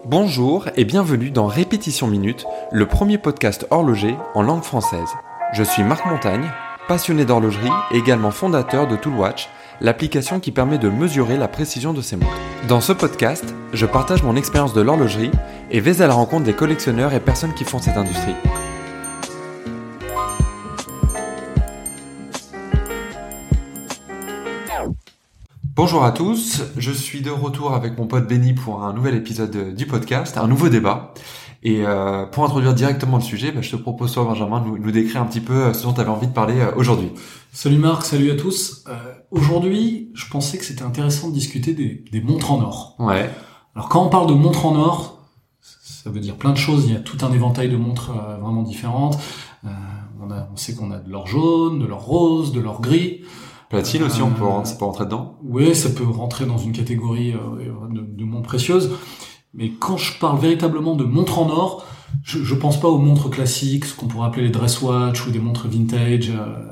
Bonjour et bienvenue dans Répétition Minute, le premier podcast horloger en langue française. Je suis Marc Montagne, passionné d'horlogerie et également fondateur de Toolwatch, l'application qui permet de mesurer la précision de ses montres. Dans ce podcast, je partage mon expérience de l'horlogerie et vais à la rencontre des collectionneurs et personnes qui font cette industrie. Bonjour à tous, je suis de retour avec mon pote Benny pour un nouvel épisode du podcast, un nouveau débat. Et pour introduire directement le sujet, je te propose toi Benjamin de nous décrire un petit peu ce dont tu avais envie de parler aujourd'hui. Salut Marc, salut à tous. Aujourd'hui, je pensais que c'était intéressant de discuter des montres en or. Ouais. Alors quand on parle de montres en or, ça veut dire plein de choses, il y a tout un éventail de montres vraiment différentes. On sait qu'on a de l'or jaune, de l'or rose, de l'or gris. Platine aussi, ça peut rentrer dedans. Oui, ça peut rentrer dans une catégorie de montres précieuses. Mais quand je parle véritablement de montres en or, je pense pas aux montres classiques, ce qu'on pourrait appeler les dress watch ou des montres vintage,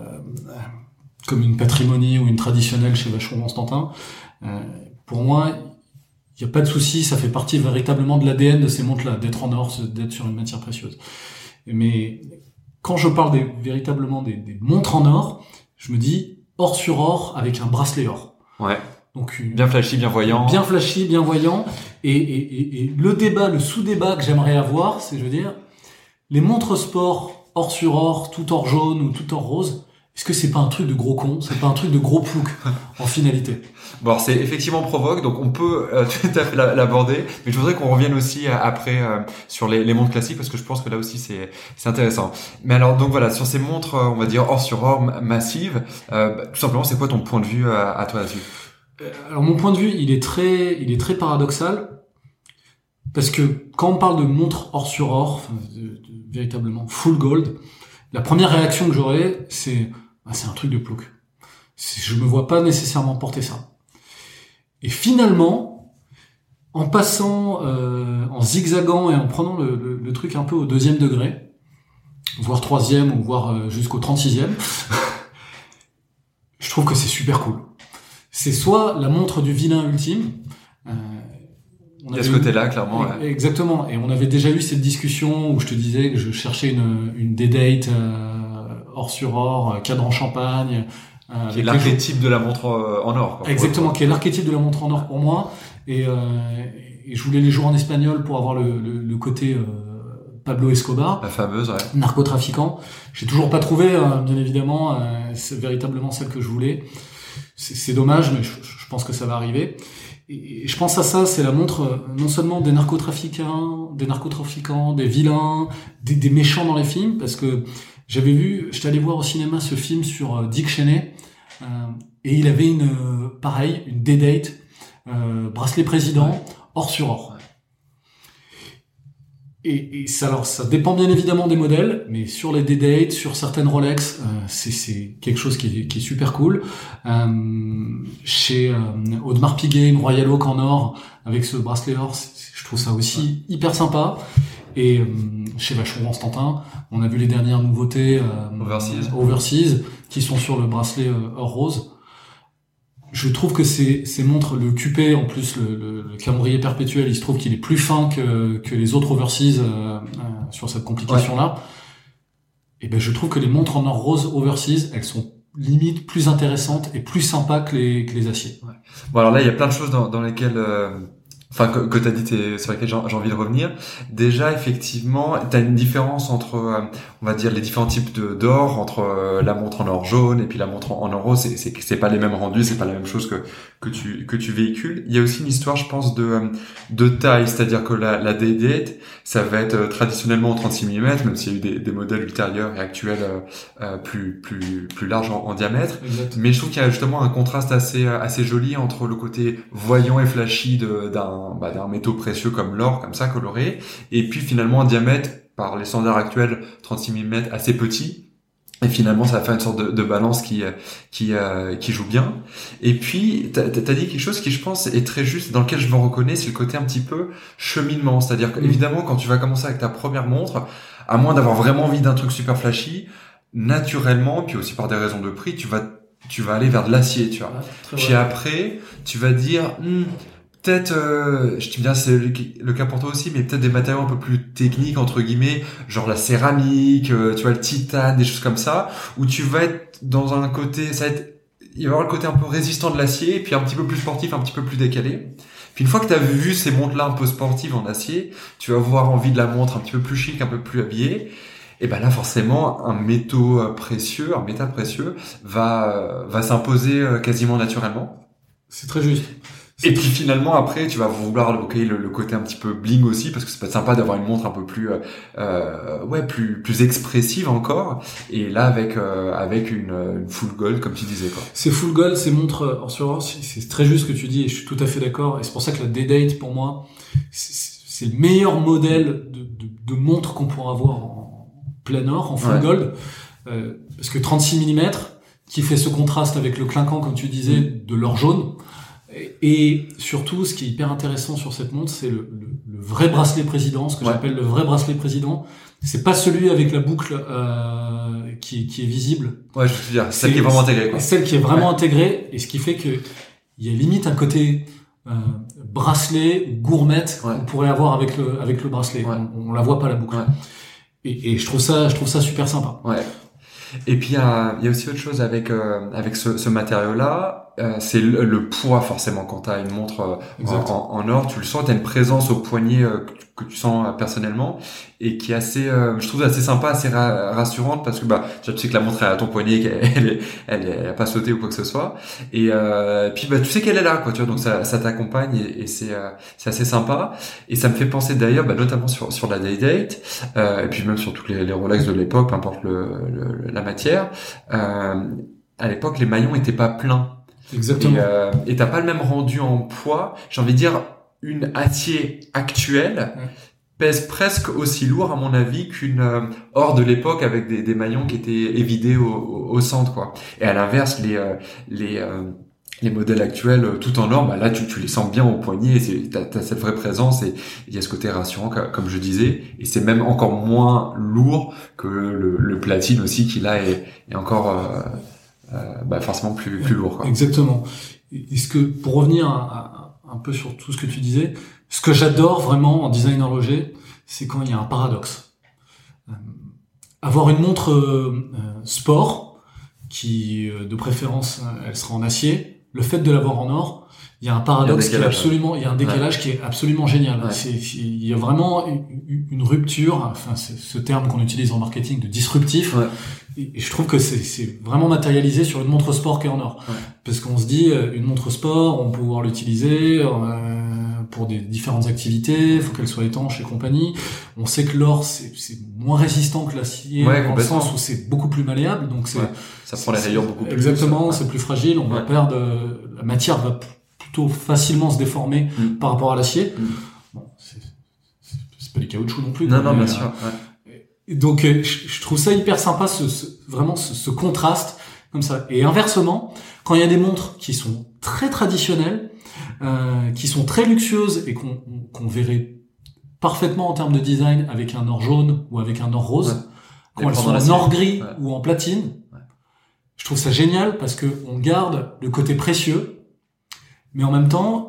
comme une Patrimony ou une traditionnelle chez Vacheron Constantin. Pour moi, il n'y a pas de souci, ça fait partie véritablement de l'ADN de ces montres-là, d'être en or, d'être sur une matière précieuse. Mais quand je parle véritablement des montres en or, je me dis or sur or avec un bracelet or. Ouais. Donc bien flashy, bien voyant. Bien flashy, bien voyant. Et le débat, le sous-débat que j'aimerais avoir, c'est, je veux dire, les montres sport or sur or, tout or jaune ou tout or rose, est-ce que c'est pas un truc de gros con? C'est pas un truc de gros plouc en finalité? Bon, alors c'est effectivement provoque, donc on peut tout à fait l'aborder, mais je voudrais qu'on revienne aussi après sur les montres classiques, parce que je pense que là aussi c'est intéressant. Mais alors donc voilà, sur ces montres, on va dire or sur or massives, tout simplement, c'est quoi ton point de vue à toi là-dessus? Alors mon point de vue, il est très paradoxal, parce que quand on parle de montres or sur or, véritablement full gold, la première réaction que j'aurais, c'est un truc de plouc. Je me vois pas nécessairement porter ça. Et finalement, en passant, en zigzagant et en prenant le truc un peu au 2e degré, voire 3e ou voire jusqu'au 36e, je trouve que c'est super cool. C'est soit la montre du vilain ultime. Il y a ce côté-là, clairement. Ouais. Exactement. Et on avait déjà eu cette discussion où je te disais que je cherchais une D-Date or sur or, cadran champagne. Qui est l'archétype de la montre en or. Quoi. Exactement, qui est l'archétype de la montre en or pour moi. Et je voulais les jouer en espagnol pour avoir le côté Pablo Escobar. La fameuse, ouais. Narcotrafiquant. J'ai toujours pas trouvé, bien évidemment, c'est véritablement celle que je voulais. C'est dommage, mais je pense que ça va arriver. Et je pense à ça, c'est la montre non seulement des narcotrafiquants, des vilains, des méchants dans les films, parce que j'étais allé voir au cinéma ce film sur Dick Cheney, et il avait une D-Date, bracelet président, or sur or. Et ça dépend bien évidemment des modèles, mais sur les D-Date, sur certaines Rolex, c'est quelque chose qui est super cool. Chez Audemars Piguet, une Royal Oak en or, avec ce bracelet or, je trouve ça aussi hyper sympa. Et chez Vacheron Constantin, on a vu les dernières nouveautés Overseas qui sont sur le bracelet or rose. Je trouve que ces montres, le QP, en plus le cambrier perpétuel, il se trouve qu'il est plus fin que les autres Overseas sur cette complication-là. Et je trouve que les montres en or rose Overseas, elles sont limite plus intéressantes et plus sympas que les aciers. Ouais. Bon alors là, il y a plein de choses dans lesquelles que t'as dit, sur lesquelles j'ai envie de revenir. Déjà, effectivement, t'as une différence entre, on va dire, les différents types d'or, entre la montre en or jaune et puis la montre en or rose. C'est pas les mêmes rendus, c'est pas la même chose que tu véhicules. Il y a aussi une histoire, je pense, de taille, c'est-à-dire que la D-Date, ça va être traditionnellement en 36 mm, même s'il y a eu des modèles ultérieurs et actuels plus larges en diamètre. Exact. Mais je trouve qu'il y a justement un contraste assez joli entre le côté voyant et flashy d'un métaux précieux comme l'or, comme ça, coloré, et puis finalement un diamètre, par les standards actuels, 36 mm, assez petit, et finalement ça va faire une sorte de balance qui joue bien. Et puis t'as dit quelque chose qui, je pense, est très juste, dans lequel je me reconnais, c'est le côté un petit peu cheminement, c'est-à-dire qu'évidemment quand tu vas commencer avec ta première montre, à moins d'avoir vraiment envie d'un truc super flashy, naturellement, puis aussi par des raisons de prix, tu vas aller vers de l'acier, tu vois. Puis après, tu vas dire peut-être, je te dis c'est le cas pour toi aussi, mais peut-être des matériaux un peu plus techniques entre guillemets, genre la céramique, tu vois le titane, des choses comme ça, où tu vas être dans un côté, il va y avoir le côté un peu résistant de l'acier, et puis un petit peu plus sportif, un petit peu plus décalé. Puis une fois que tu as vu ces montres-là un peu sportives en acier, tu vas avoir envie de la montre un petit peu plus chic, un peu plus habillée. Et ben là forcément un métal précieux va s'imposer quasiment naturellement. C'est très juste. Et puis finalement après tu vas vouloir le côté un petit peu bling aussi, parce que c'est pas sympa d'avoir une montre un peu plus plus expressive encore, et là avec une full gold comme tu disais quoi. C'est full gold, ces montres c'est très juste ce que tu dis, et je suis tout à fait d'accord, et c'est pour ça que la Day-Date pour moi c'est le meilleur modèle de montre qu'on pourra avoir en plein or, en full gold, parce que 36 mm qui fait ce contraste avec le clinquant comme tu disais de l'or jaune. Et surtout, ce qui est hyper intéressant sur cette montre, c'est le vrai bracelet président, ce que j'appelle le vrai bracelet président. C'est pas celui avec la boucle qui est visible. Ouais, je veux dire, celle qui est vraiment intégrée, quoi. Celle qui est vraiment intégrée, et ce qui fait que il y a limite un côté bracelet ou gourmette qu'on pourrait avoir avec le bracelet. On la voit pas la boucle. Et je trouve ça super sympa. Ouais. Et puis il y a aussi autre chose avec ce matériau-là, c'est le poids forcément. Quand t'as une montre en or, tu le sens, t'as une présence au poignet que tu sens personnellement, et qui est assez, je trouve assez sympa, assez rassurante, parce que tu sais que la montre est à ton poignet, elle a pas sauté ou quoi que ce soit, et puis tu sais qu'elle est là, quoi, tu vois, donc ça t'accompagne, et c'est assez sympa. Et ça me fait penser d'ailleurs notamment sur la Day-Date, et puis même sur toutes les Rolex de l'époque, peu importe la matière, à l'époque les maillons étaient pas pleins. Exactement. Et t'as pas le même rendu en poids. J'ai envie de dire, une acier actuelle pèse presque aussi lourd à mon avis qu'une or de l'époque, avec des maillons qui étaient évidés au centre, quoi. Et à l'inverse, les modèles actuels tout en or, là tu les sens bien au poignet, t'as cette vraie présence, et il y a ce côté rassurant comme je disais, et c'est même encore moins lourd que le platine aussi, qui là est encore forcément plus lourd, quoi. Exactement. Est-ce que, pour revenir un peu sur tout ce que tu disais, ce que j'adore vraiment en design horloger, c'est quand il y a un paradoxe. Avoir une montre sport, qui de préférence elle sera en acier, le fait de l'avoir en or, il y a un paradoxe qui est absolument, il y a un décalage qui est absolument génial. Il y a vraiment une rupture, enfin c'est ce terme qu'on utilise en marketing de disruptif. Et je trouve que c'est vraiment matérialisé sur une montre sport qui est en or. Parce qu'on se dit, une montre sport, on peut pouvoir l'utiliser pour des différentes activités, il faut qu'elle soit étanche et compagnie. On sait que l'or, c'est moins résistant que l'acier, dans le sens où c'est beaucoup plus malléable, donc ça prend les rayures beaucoup plus. Exactement, c'est plus fragile, on va perdre, la matière va plutôt facilement se déformer par rapport à l'acier. Bon, c'est pas du caoutchouc non plus. Non, bien sûr. Donc je trouve ça hyper sympa, vraiment ce contraste comme ça. Et inversement, quand il y a des montres qui sont très traditionnelles, qui sont très luxueuses, et qu'on verrait parfaitement en termes de design avec un or jaune ou avec un or rose, quand elles sont en or gris ou en platine, je trouve ça génial, parce que on garde le côté précieux, mais en même temps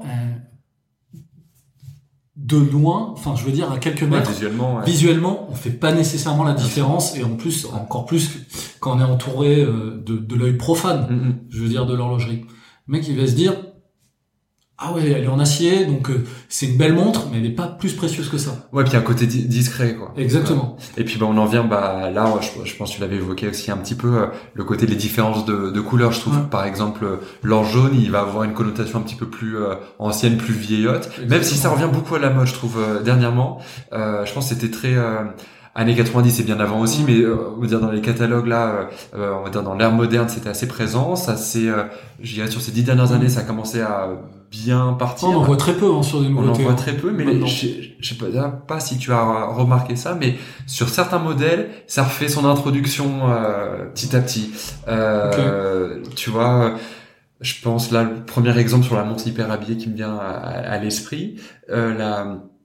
de loin, enfin je veux dire à quelques mètres, visuellement on fait pas nécessairement la différence, et en plus encore plus quand on est entouré de l'œil profane, je veux dire de l'horlogerie. Le mec il va se dire, ah ouais, elle est en acier, donc c'est une belle montre, mais elle est pas plus précieuse que ça. Ouais, puis il y a un côté discret, quoi. Exactement. Et puis on en vient là, je pense que tu l'avais évoqué aussi un petit peu, le côté des différences de couleurs. Je trouve par exemple l'or jaune, il va avoir une connotation un petit peu plus ancienne, plus vieillotte. Exactement. Même si ça revient beaucoup à la mode, je trouve dernièrement. Je pense que c'était très années 90 et bien avant aussi, mais on va dire dans les catalogues là, on va dire dans l'ère moderne, c'était assez présent. Ça c'est, je dirais sur ces 10 dernières années, ça a commencé à bien partir. On en voit très peu sur des nouveautés. On en voit très peu, mais je sais pas si tu as remarqué ça, mais sur certains modèles, ça refait son introduction petit à petit. Tu vois, je pense là, le premier exemple sur la montre hyper habillée qui me vient à l'esprit,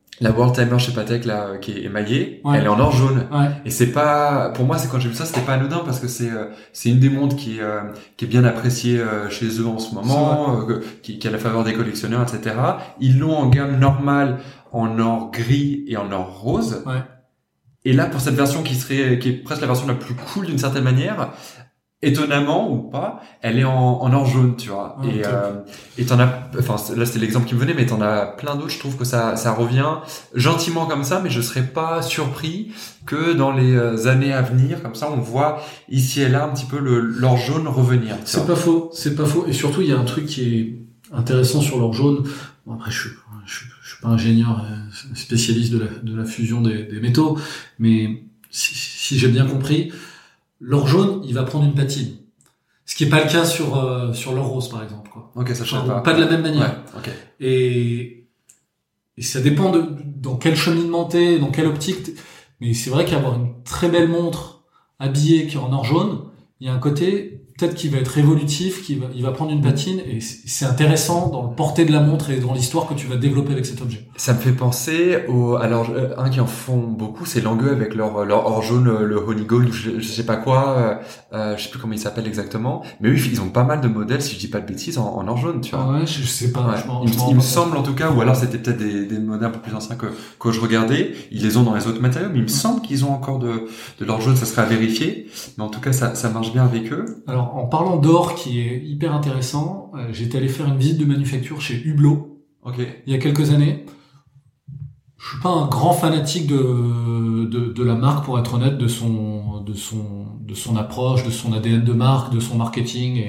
la World Timer chez Patek là qui est émaillée, elle est en or jaune. Ouais. Et c'est pas, pour moi, c'est quand j'ai vu ça, c'était pas anodin parce que c'est une des montres qui est bien appréciée chez eux en ce moment, qui a la faveur des collectionneurs, etc. Ils l'ont en gamme normale, en or gris et en or rose. Ouais. Et là, pour cette version qui est presque la version la plus cool d'une certaine manière, étonnamment ou pas, elle est en or jaune, tu vois. Et t'en as, enfin là c'était l'exemple qui me venait, mais t'en as plein d'autres. Je trouve que ça revient gentiment comme ça, mais je serais pas surpris que dans les années à venir, comme ça, on voit ici et là un petit peu l'or jaune revenir. C'est pas faux. Et surtout, il y a un truc qui est intéressant sur l'or jaune. Bon, après, je suis pas ingénieur spécialiste de la fusion des métaux, mais si j'ai bien compris, l'or jaune, il va prendre une patine. Ce qui est pas le cas sur l'or rose, par exemple, quoi. Ok, ça change pas de la même manière. Ouais, okay. Et ça dépend dans quel cheminement t'es, dans quelle optique mais c'est vrai qu'avoir une très belle montre habillée qui est en or jaune, il y a un côté peut-être qui va être évolutif, il va prendre une patine et c'est intéressant dans le porté de la montre et dans l'histoire que tu vas développer avec cet objet. Ça me fait penser alors un qui en font beaucoup, c'est Lange avec leur or jaune, le Honey Gold, je sais pas quoi, je sais plus comment il s'appelle exactement, mais oui, ils ont pas mal de modèles, si je dis pas de bêtises, en or jaune, tu vois. Ouais, je sais pas. Ouais. Il me semble en tout cas, ou alors c'était peut-être des modèles un peu plus anciens que je regardais, ils les ont dans les autres matériaux, mais il me semble qu'ils ont encore de l'or jaune, ça serait à vérifier, mais en tout cas ça marche bien avec eux. Alors en parlant d'or qui est hyper intéressant, j'étais allé faire une visite de manufacture chez Hublot. Okay. Il y a quelques années. Je suis pas un grand fanatique de la marque, pour être honnête, de son approche, de son ADN de marque, de son marketing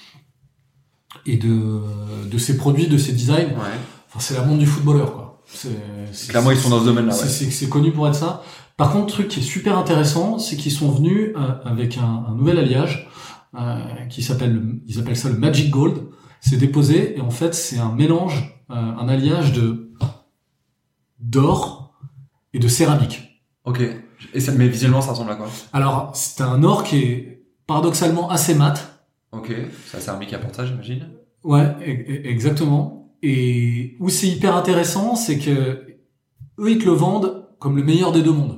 et de ses produits, de ses designs. Ouais. Enfin, c'est la montre du footballeur, quoi. Clairement, ils sont dans ce domaine-là. Ouais. C'est connu pour être ça. Par contre, le truc qui est super intéressant, c'est qu'ils sont venus avec un nouvel alliage ils appellent ça le Magic Gold. C'est déposé et en fait, c'est un mélange, un alliage d'or et de céramique. Ok. Mais visuellement, ça ressemble à quoi? Alors, c'est un or qui est paradoxalement assez mat. Ok. C'est la céramique qui apporte ça, j'imagine. Ouais, exactement. Et où c'est hyper intéressant, c'est que eux, ils te le vendent comme le meilleur des deux mondes.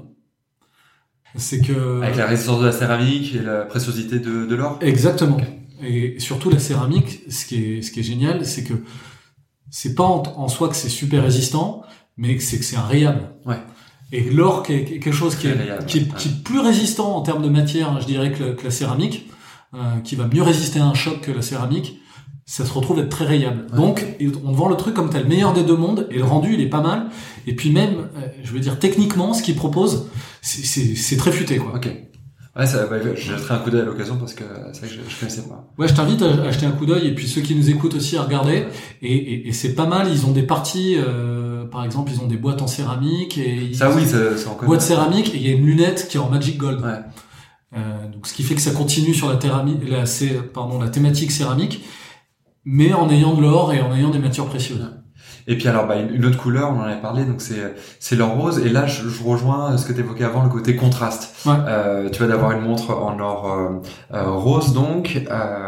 C'est que avec la résistance de la céramique et la préciosité de l'or. Exactement. Okay. Et surtout la céramique, ce qui est génial, c'est que c'est pas en soi que c'est super résistant, mais que c'est rayable. Ouais. Et l'or qui est quelque chose qui est plus résistant en termes de matière, je dirais que la céramique, qui va mieux résister à un choc que la céramique, ça se retrouve être très rayable. Ouais. Donc, on vend le truc comme t'as le meilleur des deux mondes, et le rendu, il est pas mal. Et puis même, je veux dire, techniquement, ce qu'ils proposent, c'est très futé, quoi. Ok. Ouais, je jetterai un coup d'œil à l'occasion parce que c'est vrai que je connaissais pas. Ouais, je t'invite à acheter un coup d'œil, et puis ceux qui nous écoutent aussi à regarder. Et c'est pas mal, ils ont des parties, par exemple, ils ont des boîtes en céramique, c'est encore boîte céramique, et il y a une lunette qui est en Magic Gold. Ouais. Donc, ce qui fait que ça continue sur la thématique céramique, mais en ayant de l'or et en ayant des matières précieuses. Et puis alors une autre couleur, on en avait parlé, donc c'est l'or rose, et là je rejoins ce que tu évoquais avant, le côté contraste. Ouais. Tu vas d'avoir une montre en or rose, donc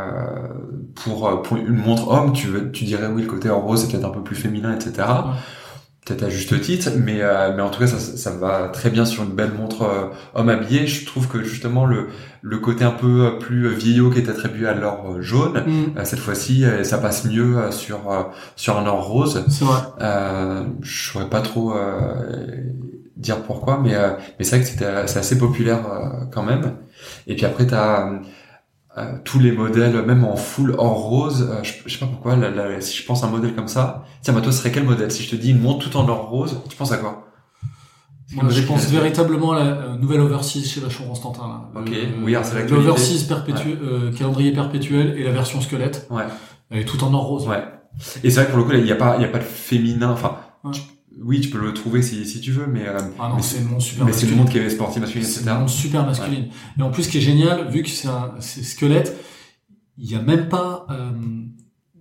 pour une montre homme, tu dirais oui, le côté or rose c'est peut-être un peu plus féminin, etc. Ouais. Peut-être à juste titre, mais en tout cas ça va très bien sur une belle montre homme habillé. Je trouve que justement le côté un peu plus vieillot qui est attribué à l'or jaune, cette fois-ci ça passe mieux sur un or rose. C'est vrai. Je saurais pas trop dire pourquoi, mais c'est vrai que c'est assez populaire quand même. Et puis après t'as tous les modèles, même en full or rose, je sais pas pourquoi, si je pense à un modèle comme ça, tiens, toi, ce serait quel modèle? Si je te dis une montre tout en or rose, tu penses à quoi? Moi, je pense véritablement à la nouvelle Overseas chez Vacheron Constantin. Là. Ok, oui, c'est l'actualité. L'Overseas calendrier perpétuel et la version squelette. Ouais. Elle est tout en or rose. Ouais. Et c'est vrai que pour le coup, il y a pas de féminin, enfin, ouais. Oui, tu peux le trouver si tu veux, mais c'est une montre super masculine. Mais c'est une montre qui est sportive masculine, etc. C'est une montre super masculine. Ouais. Et en plus, ce qui est génial, vu que c'est squelette, il y a même pas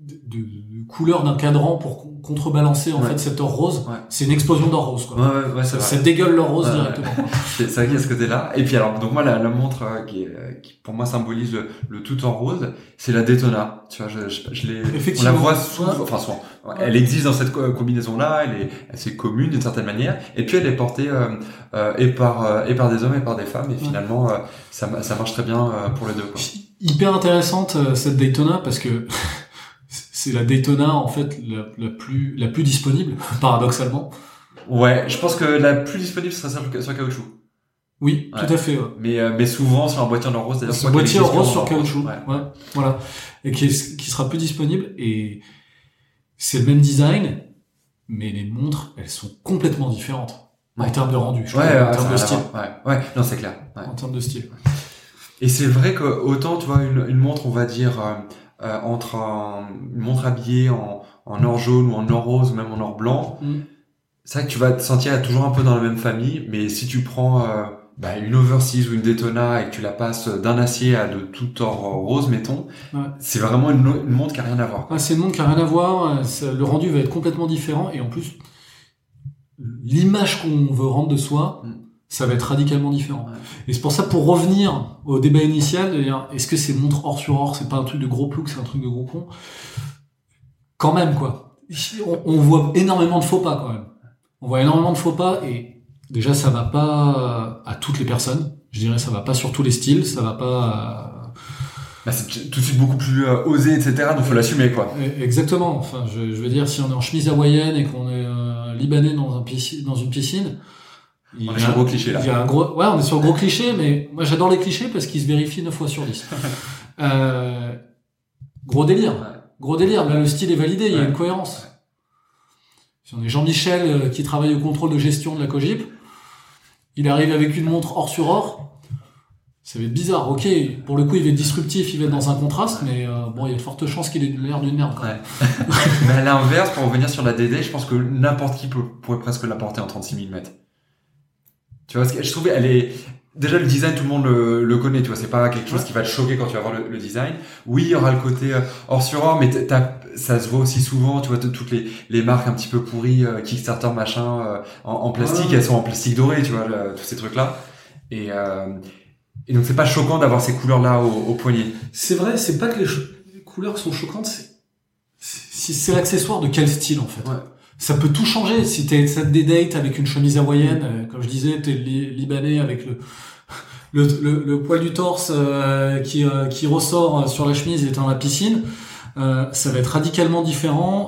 de couleur d'un cadran pour contrebalancer en fait cette or rose, c'est une explosion d'or rose quoi. Ça dégueule l'or rose directement. C'est vrai qu'il y a ce côté-là. Et puis alors donc moi la montre qui pour moi symbolise le tout en rose, c'est la Daytona. Tu vois, on la voit souvent. Elle existe dans cette combinaison-là, elle est assez commune d'une certaine manière. Et puis elle est portée et par des hommes et par des femmes. Et finalement ça marche très bien pour les deux quoi. Hyper intéressante cette Daytona parce que c'est la Daytona en fait la plus disponible paradoxalement. Ouais, je pense que la plus disponible serait celle sur caoutchouc. Oui, tout à fait. Ouais. Mais souvent sur un boîtier en or rose, c'est-à-dire un boîtier en rose sur caoutchouc. Ouais, voilà. Et qui sera plus disponible et c'est le même design, mais les montres elles sont complètement différentes en termes de rendu, en termes de style. Ouais, non c'est clair. En termes de style. Et c'est vrai que autant tu vois une montre on va dire entre une montre habillée en or jaune ou en or rose ou même en or blanc, c'est vrai que tu vas te sentir toujours un peu dans la même famille, mais si tu prends une Overseas ou une Daytona et que tu la passes d'un acier à de tout or rose mettons, c'est vraiment une montre qui a rien à voir. C'est une montre qui a rien à voir, le rendu va être complètement différent et en plus l'image qu'on veut rendre de soi ça va être radicalement différent. Et c'est pour ça, pour revenir au débat initial, est-ce que c'est montre or sur or, c'est pas un truc de gros plouc, c'est un truc de gros con? Quand même, quoi. On voit énormément de faux pas, quand même. On voit énormément de faux pas, et déjà, ça va pas à toutes les personnes. Je dirais, ça va pas sur tous les styles, ça va pas c'est tout de suite beaucoup plus osé, etc., donc faut l'assumer, quoi. Exactement. Enfin, je veux dire, si on est en chemise hawaïenne et qu'on est libanais dans une piscine, on est sur le gros cliché là. Il y a un gros, on est sur le gros cliché, mais moi j'adore les clichés parce qu'ils se vérifient 9 fois sur 10. Gros délire. Gros délire. Là, le style est validé, il y a une cohérence. Si on est Jean-Michel qui travaille au contrôle de gestion de la Cogip, il arrive avec une montre or sur or, ça va être bizarre. Ok, pour le coup, il va être disruptif, il va être dans un contraste, mais il y a de fortes chances qu'il ait l'air d'une merde. Quand même. Mais à l'inverse, pour revenir sur la DD, je pense que n'importe qui pourrait presque la porter en 36 mm. Tu vois, je trouvais, elle est, déjà le design, tout le monde le connaît, tu vois, c'est pas quelque chose qui va te choquer quand tu vas voir le design. Oui, il y aura le côté or sur or, mais ça se voit aussi souvent, tu vois, toutes les marques un petit peu pourries, Kickstarter, machin, en plastique, elles sont en plastique doré, tu vois, tous ces trucs-là. Et donc c'est pas choquant d'avoir ces couleurs-là au poignet. C'est vrai, c'est pas que les couleurs sont choquantes, c'est l'accessoire de quel style, en fait. Ça peut tout changer. Si t'es des dates avec une chemise hawaïenne, comme je disais, t'es libanais avec le poil du torse qui ressort sur la chemise et t'es dans la piscine, ça va être radicalement différent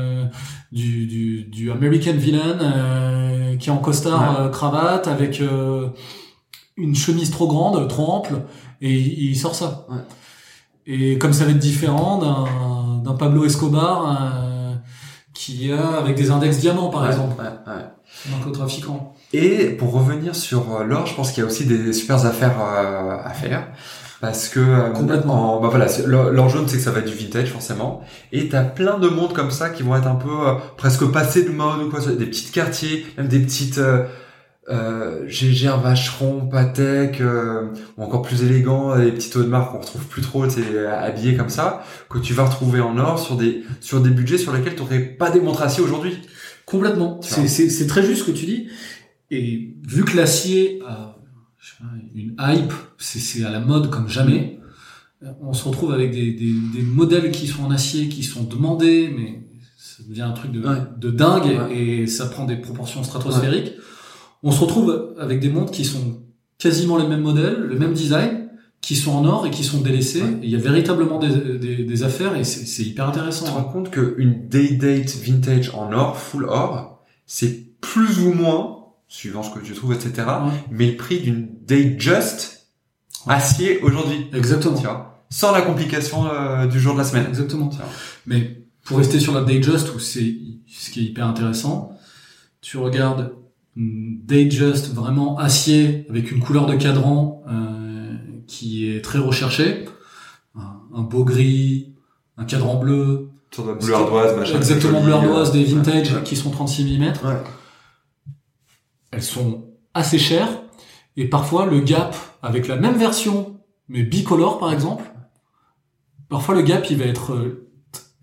du American Villain qui est en costard cravate avec une chemise trop grande, trop ample, et il sort ça. Et comme ça va être différent d'un Pablo Escobar qui a avec des index diamants par exemple, narcotrafiquant. Et pour revenir sur l'or, je pense qu'il y a aussi des super affaires à faire parce que complètement. L'or jaune, c'est que ça va être du vintage forcément, et t'as plein de montres comme ça qui vont être un peu presque passées de mode ou quoi, des petites quartiers, même des petites Gégère, Vacheron, Patek, ou encore plus élégant, des petites hautes marques qu'on retrouve plus trop, habillés comme ça, que tu vas retrouver en or sur des budgets sur lesquels tu n'aurais pas des montres acier aujourd'hui. Complètement. C'est très juste ce que tu dis. Et vu que l'acier a une hype, c'est à la mode comme jamais, on se retrouve avec des modèles qui sont en acier, qui sont demandés, mais ça devient un truc de dingue, et ça prend des proportions stratosphériques. On se retrouve avec des montres qui sont quasiment les mêmes modèles, le même design, qui sont en or et qui sont délaissés. Et il y a véritablement des affaires, et c'est hyper intéressant. Tu te rends compte qu'une day-date vintage en or, full or, c'est plus ou moins, suivant ce que tu trouves, etc., mais le prix d'une Datejust acier aujourd'hui. Exactement. Tu vois, sans la complication du jour de la semaine. Exactement. Mais pour rester sur la Datejust, où ce qui est hyper intéressant, tu regardes Datejust vraiment acier avec une couleur de cadran qui est très recherchée, un beau gris, un cadran bleu, sur de bleu ardoise, machin, exactement bleu ardoise, des vintage qui sont 36 mm. Elles sont assez chères, et parfois le gap avec la même version mais bicolore par exemple, parfois le gap il va être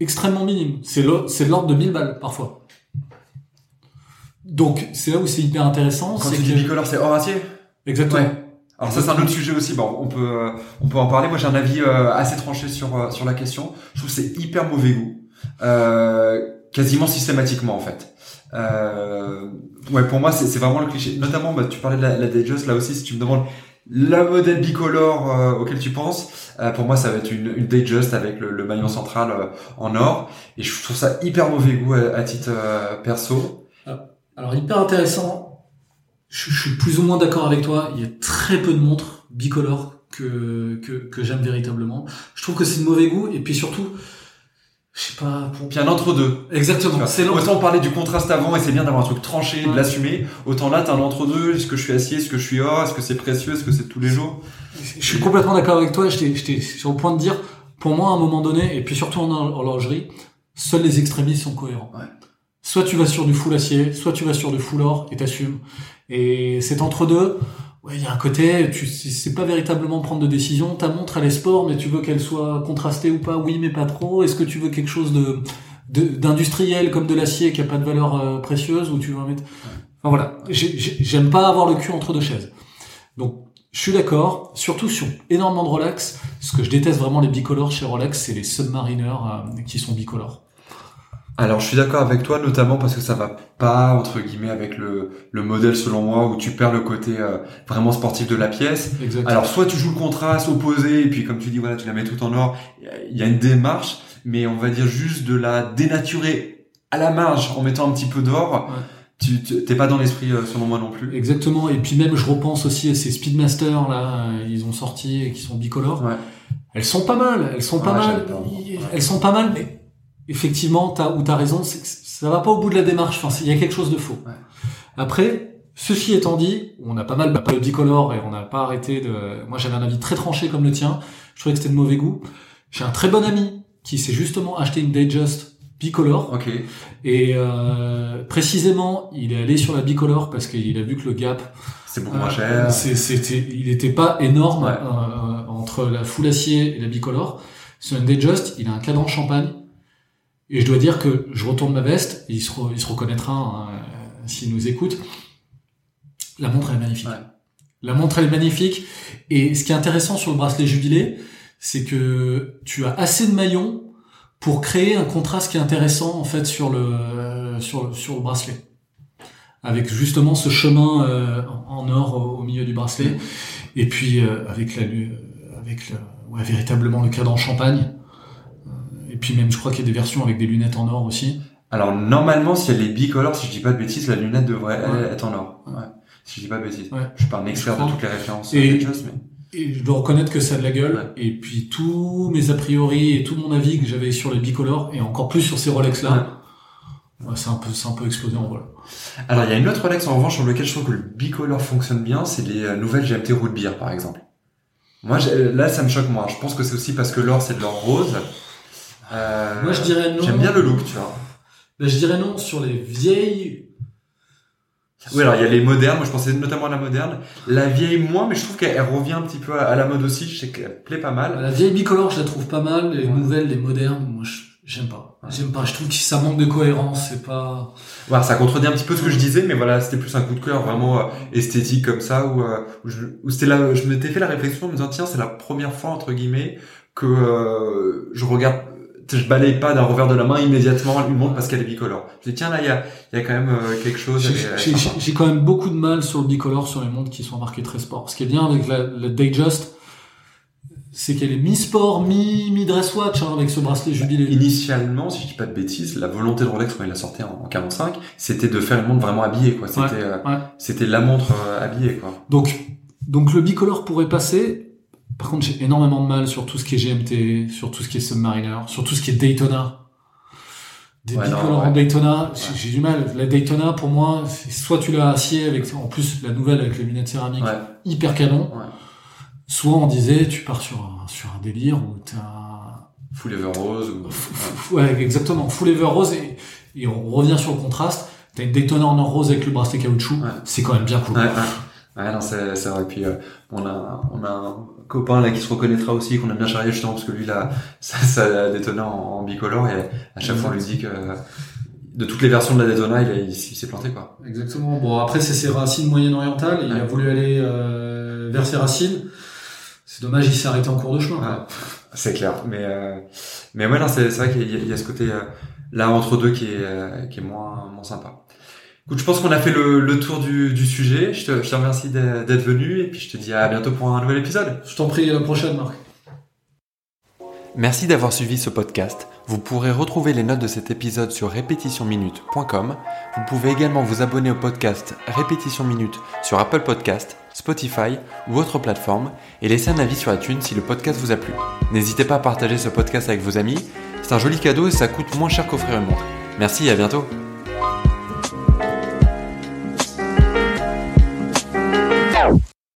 extrêmement minime. C'est de l'ordre de 1000 balles, parfois. Donc, c'est là où c'est hyper intéressant. Quand tu dis bicolore, c'est hors acier? Exactement. Ouais. Alors ça, c'est un autre sujet aussi. Bon, on peut en parler. Moi, j'ai un avis assez tranché sur la question. Je trouve que c'est hyper mauvais goût. Quasiment systématiquement, en fait. Ouais, pour moi, c'est vraiment le cliché. Notamment, tu parlais de la Datejust. Là aussi, si tu me demandes la modèle bicolore auquel tu penses, pour moi, ça va être une Datejust avec le maillon central en or. Et je trouve ça hyper mauvais goût à titre perso. Alors, hyper intéressant. Je suis plus ou moins d'accord avec toi. Il y a très peu de montres bicolores que j'aime véritablement. Je trouve que c'est de mauvais goût. Et puis surtout, je sais pas. Puis un entre-deux. Exactement. Autant on parlait du contraste avant et c'est bien d'avoir un truc tranché, de l'assumer. Autant là, t'as un entre-deux. Est-ce que je suis acier? Est-ce que je suis or? Est-ce que c'est précieux? Est-ce que c'est tous les jours? Je suis complètement d'accord avec toi. J'étais sur le point de dire, pour moi, à un moment donné, et puis surtout en horlogerie, seuls les extrémistes sont cohérents. Ouais. Soit tu vas sur du full acier, soit tu vas sur du full or et t'assumes. Et cet entre-deux, ouais, il y a un côté, tu sais pas véritablement prendre de décision. Ta montre, elle est sport, mais tu veux qu'elle soit contrastée ou pas? Oui, mais pas trop. Est-ce que tu veux quelque chose d'industriel comme de l'acier qui a pas de valeur précieuse, ou tu veux mettre... Enfin voilà, j'aime pas avoir le cul entre deux chaises. Donc, je suis d'accord, surtout sur énormément de Rolex. Ce que je déteste vraiment les bicolores chez Rolex, c'est les Submariner qui sont bicolores. Alors, je suis d'accord avec toi, notamment parce que ça va pas, entre guillemets, avec le modèle, selon moi, où tu perds le côté vraiment sportif de la pièce. Exactement. Alors, soit tu joues le contraste opposé, et puis comme tu dis, voilà, tu la mets tout en or, il y a une démarche, mais on va dire juste de la dénaturer à la marge en mettant un petit peu d'or. Ouais. T'es pas dans l'esprit, selon moi non plus. Exactement. Et puis même, je repense aussi à ces Speedmaster, là, ils ont sorti et qui sont bicolores. Ouais. Elles sont pas mal, elles sont pas mal, mais effectivement, t'as raison, ça va pas au bout de la démarche. Enfin, il y a quelque chose de faux. Ouais. Après, ceci étant dit, on a pas mal de bicolore et on n'a pas arrêté de... Moi, j'avais un avis très tranché comme le tien. Je trouvais que c'était de mauvais goût. J'ai un très bon ami qui s'est justement acheté une Datejust bicolore. Okay. Et précisément, il est allé sur la bicolore parce qu'il a vu que le gap... C'est beaucoup moins cher. Il était pas énorme entre la full acier et la bicolore. Sur une Datejust, il a un cadran champagne. Et je dois dire que je retourne ma veste, et il se reconnaîtra s'il nous écoute. La montre, elle est magnifique. Ouais. La montre, elle est magnifique. Et ce qui est intéressant sur le bracelet jubilé, c'est que tu as assez de maillons pour créer un contraste qui est intéressant, en fait, sur le bracelet. Avec justement ce chemin en or au milieu du bracelet. Et puis, véritablement le cadran champagne. Et puis même, je crois qu'il y a des versions avec des lunettes en or aussi. Alors, normalement, si elle est bicolore, si je dis pas de bêtises, la lunette devrait être en or. Ouais. Si je dis pas de bêtises. Ouais. Je suis pas un expert de toutes les références. Et je dois reconnaître que ça a de la gueule. Ouais. Et puis, tous mes a priori et tout mon avis que j'avais sur les bicolores, et encore plus sur ces Rolex-là, c'est un peu explosé en vol. Alors, il y a une autre Rolex, en revanche, sur lequel je trouve que le bicolore fonctionne bien, c'est les nouvelles GMT Root Beer, par exemple. Moi, là, ça me choque moins. Je pense que c'est aussi parce que l'or, c'est de l'or rose. Moi, je dirais non. J'aime bien le look, tu vois. Ben, je dirais non sur les vieilles. Oui, alors il y a les modernes. Moi, je pensais notamment à la moderne. La vieille moins, mais je trouve qu'elle revient un petit peu à la mode aussi. Je sais qu'elle plaît pas mal. La vieille bicolore, je la trouve pas mal. Les nouvelles, les modernes, moi, j'aime pas. J'aime pas. Je trouve que ça manque de cohérence. C'est pas. Voilà, ça contredit un petit peu ce que je disais, mais voilà, c'était plus un coup de cœur vraiment esthétique comme ça, où c'était là, je m'étais fait la réflexion en me disant tiens, c'est la première fois entre guillemets que je regarde. Je balaye pas d'un revers de la main immédiatement une montre parce qu'elle est bicolore. Je dis tiens là il y a quand même quelque chose. J'ai quand même beaucoup de mal sur le bicolore sur les montres qui sont marquées très sport. Ce qui est bien avec la Datejust, c'est qu'elle est mi-sport, mi-dress watch avec ce bracelet jubilé. Initialement, si je dis pas de bêtises, la volonté de Rolex quand il l'a sorti en 45, c'était de faire une montre vraiment habillée quoi. C'était la montre habillée quoi. Donc le bicolore pourrait passer. Par contre, j'ai énormément de mal sur tout ce qui est GMT, sur tout ce qui est Submariner, sur tout ce qui est Daytona. Des bicolores en Daytona, j'ai du mal. La Daytona, pour moi, c'est soit tu l'as acier avec, en plus, la nouvelle avec les lunettes céramiques, hyper canon. Ouais. Soit on disait, tu pars sur un délire où t'as... Full Ever Rose. Ouais, exactement. Full Ever Rose et on revient sur le contraste. T'as une Daytona en or rose avec le bracelet caoutchouc. Ouais. C'est quand même bien cool. Ouais. Ouais, non, c'est vrai. Puis on a un copain là qui se reconnaîtra aussi, qu'on a bien charrié justement parce que lui là, ça a Daytona en bicolore et à chaque fois on lui dit que de toutes les versions de la Daytona, il s'est planté quoi. Exactement. Bon, après c'est ses racines moyen-orientales. Il a voulu aller vers ses racines. C'est dommage, il s'est arrêté en cours de chemin. Ouais, c'est clair. Mais ouais, non, c'est vrai qu'il y a ce côté là entre deux qui est moins sympa. Écoute, je pense qu'on a fait le tour du sujet. Je te remercie d'être venu et puis je te dis à bientôt pour un nouvel épisode. Je t'en prie, à la prochaine, Marc. Merci d'avoir suivi ce podcast. Vous pourrez retrouver les notes de cet épisode sur répétitionminute.com. Vous pouvez également vous abonner au podcast Répétition Minute sur Apple Podcast, Spotify ou autre plateforme et laisser un avis sur iTunes si le podcast vous a plu. N'hésitez pas à partager ce podcast avec vos amis. C'est un joli cadeau et ça coûte moins cher qu'offrir une montre. Merci et à bientôt.